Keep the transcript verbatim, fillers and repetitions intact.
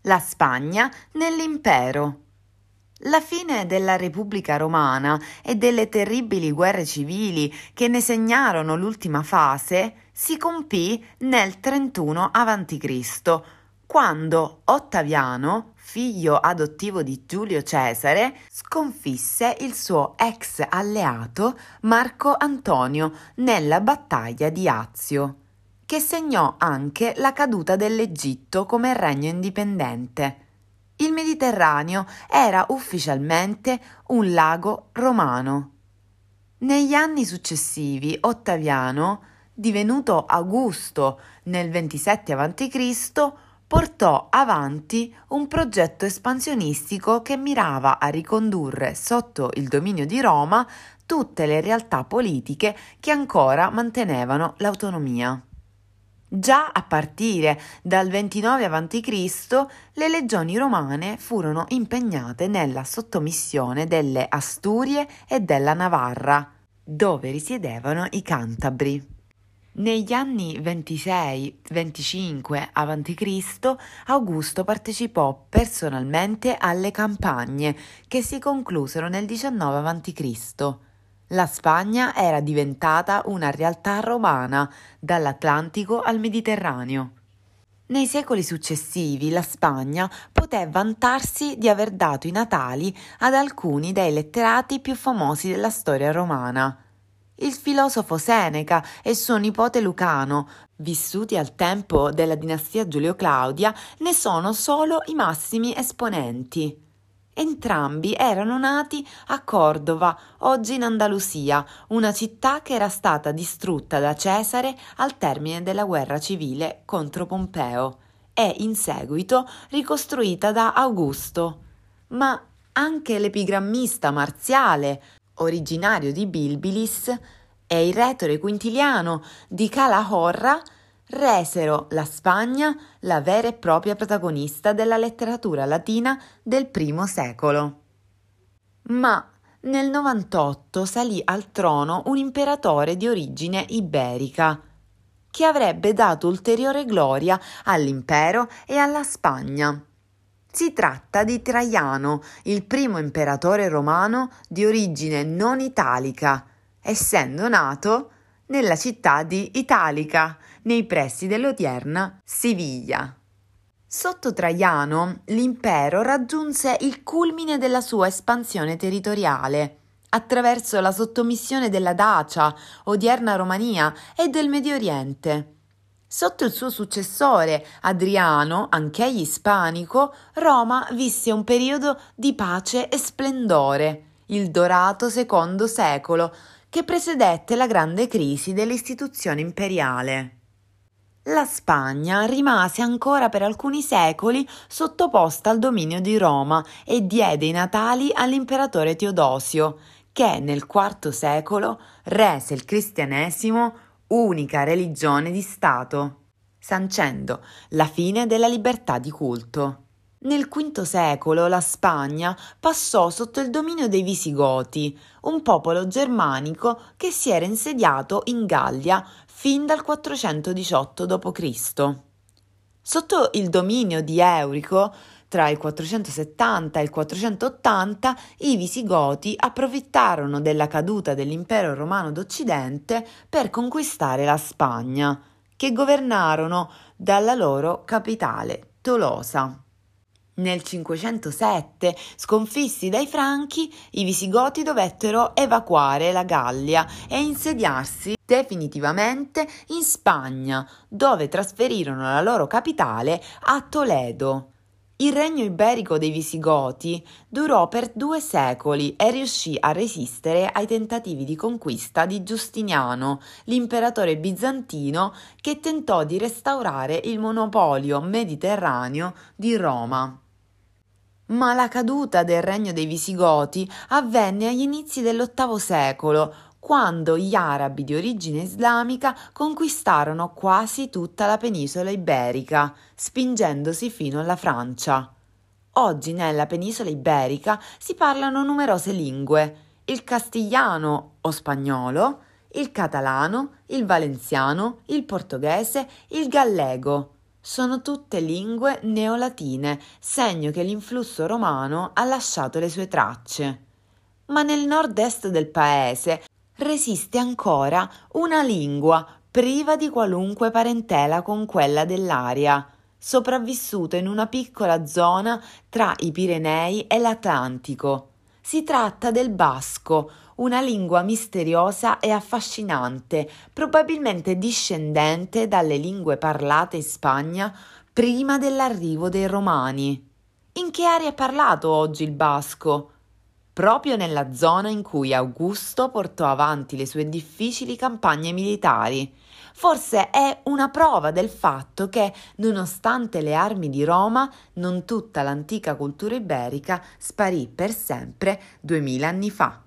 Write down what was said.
La Spagna nell'impero. La fine della Repubblica Romana e delle terribili guerre civili che ne segnarono l'ultima fase si compì nel trentuno avanti Cristo, quando Ottaviano, figlio adottivo di Giulio Cesare, sconfisse il suo ex alleato Marco Antonio nella battaglia di Azio, che segnò anche la caduta dell'Egitto come regno indipendente. Il Mediterraneo era ufficialmente un lago romano. Negli anni successivi Ottaviano, divenuto Augusto nel ventisette avanti Cristo, portò avanti un progetto espansionistico che mirava a ricondurre sotto il dominio di Roma tutte le realtà politiche che ancora mantenevano l'autonomia. Già a partire dal ventinove avanti Cristo le legioni romane furono impegnate nella sottomissione delle Asturie e della Navarra, dove risiedevano i Cantabri. Negli anni ventisei venticinque avanti Cristo Augusto partecipò personalmente alle campagne che si conclusero nel diciannove avanti Cristo. La Spagna era diventata una realtà romana, dall'Atlantico al Mediterraneo. Nei secoli successivi la Spagna poté vantarsi di aver dato i natali ad alcuni dei letterati più famosi della storia romana. Il filosofo Seneca e suo nipote Lucano, vissuti al tempo della dinastia Giulio-Claudia, ne sono solo i massimi esponenti. Entrambi erano nati a Cordova, oggi in Andalusia, una città che era stata distrutta da Cesare al termine della guerra civile contro Pompeo e in seguito ricostruita da Augusto. Ma anche l'epigrammista Marziale, originario di Bilbilis, e il retore Quintiliano di Calahorra resero la Spagna la vera e propria protagonista della letteratura latina del primo secolo. Ma nel novantotto salì al trono un imperatore di origine iberica, che avrebbe dato ulteriore gloria all'impero e alla Spagna. Si tratta di Traiano, il primo imperatore romano di origine non italica, essendo nato nella città di Italica, nei pressi dell'odierna Siviglia. Sotto Traiano, l'impero raggiunse il culmine della sua espansione territoriale, attraverso la sottomissione della Dacia, odierna Romania, e del Medio Oriente. Sotto il suo successore, Adriano, anch'egli ispanico, Roma visse un periodo di pace e splendore, il dorato secondo secolo, che precedette la grande crisi dell'istituzione imperiale. La Spagna rimase ancora per alcuni secoli sottoposta al dominio di Roma e diede i natali all'imperatore Teodosio, che nel quarto secolo rese il cristianesimo unica religione di Stato, sancendo la fine della libertà di culto. Nel quinto secolo la Spagna passò sotto il dominio dei Visigoti, un popolo germanico che si era insediato in Gallia fin dal quattrocentodiciotto dopo Cristo. Sotto il dominio di Eurico, tra il quattrocentosettanta e il quattrocentottanta, i Visigoti approfittarono della caduta dell'impero romano d'Occidente per conquistare la Spagna, che governarono dalla loro capitale, Tolosa. Nel cinquecentosette, sconfissi dai Franchi, i Visigoti dovettero evacuare la Gallia e insediarsi definitivamente in Spagna, dove trasferirono la loro capitale a Toledo. Il regno iberico dei Visigoti durò per due secoli e riuscì a resistere ai tentativi di conquista di Giustiniano, l'imperatore bizantino che tentò di restaurare il monopolio mediterraneo di Roma. Ma la caduta del regno dei Visigoti avvenne agli inizi dell'ottavo secolo, quando gli arabi di origine islamica conquistarono quasi tutta la penisola iberica, spingendosi fino alla Francia. Oggi nella penisola iberica si parlano numerose lingue: il castigliano o spagnolo, il catalano, il valenziano, il portoghese, il gallego. Sono tutte lingue neolatine, segno che l'influsso romano ha lasciato le sue tracce. Ma nel nord-est del paese resiste ancora una lingua priva di qualunque parentela con quella dell'area, sopravvissuta in una piccola zona tra i Pirenei e l'Atlantico. Si tratta del basco, una lingua misteriosa e affascinante, probabilmente discendente dalle lingue parlate in Spagna prima dell'arrivo dei Romani. In che area è parlato oggi il basco? Proprio nella zona in cui Augusto portò avanti le sue difficili campagne militari. Forse è una prova del fatto che, nonostante le armi di Roma, non tutta l'antica cultura iberica sparì per sempre duemila anni fa.